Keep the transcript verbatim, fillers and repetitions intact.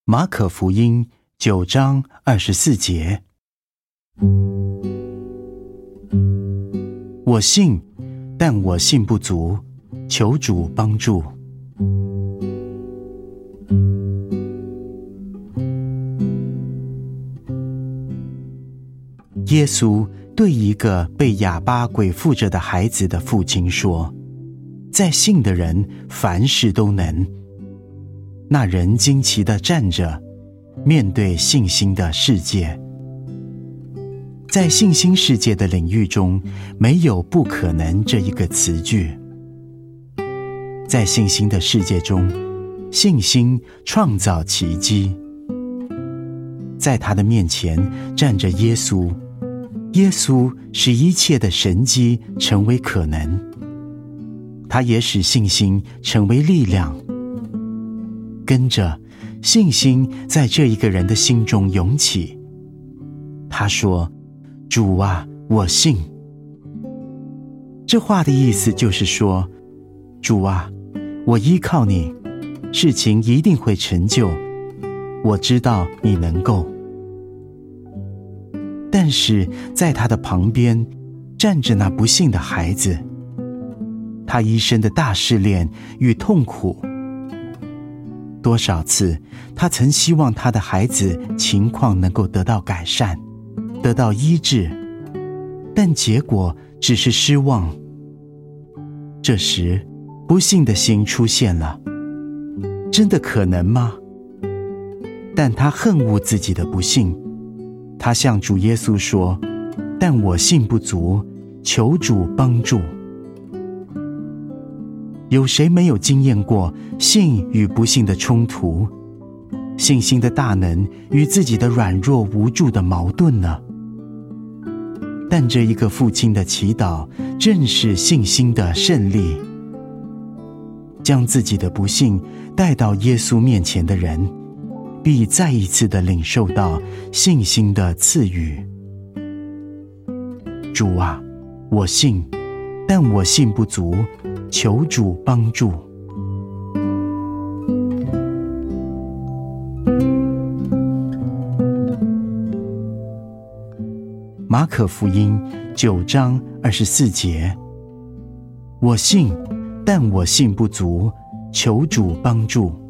马可福音九章二十四节，我信，但我信不足，求主帮助。耶稣对一个被哑巴鬼附着的孩子的父亲说，在信的人凡事都能。那人惊奇地站着，面对信心的世界。在信心世界的领域中，没有不可能这一个词句。在信心的世界中，信心创造奇迹。在他的面前站着耶稣，耶稣使一切的神迹成为可能，他也使信心成为力量。跟着，信心在这一个人的心中涌起。他说，主啊，我信。这话的意思就是说，主啊，我依靠你，事情一定会成就，我知道你能够。但是在他的旁边站着那不信的孩子，他一生的大试炼与痛苦。多少次他曾希望他的孩子情况能够得到改善，得到医治，但结果只是失望。这时不信的心出现了，真的可能吗？但他恨恶自己的不信，他向主耶稣说，但我信不足，求主帮助。有谁没有经验过信与不信的冲突，信心的大能与自己的软弱无助的矛盾呢？但这一个父亲的祈祷正是信心的胜利。将自己的不信带到耶稣面前的人，必再一次地领受到信心的赐予。主啊，我信，但我信不足，求主帮助。马可福音九章二十四节，我信，但我信不足，求主帮助。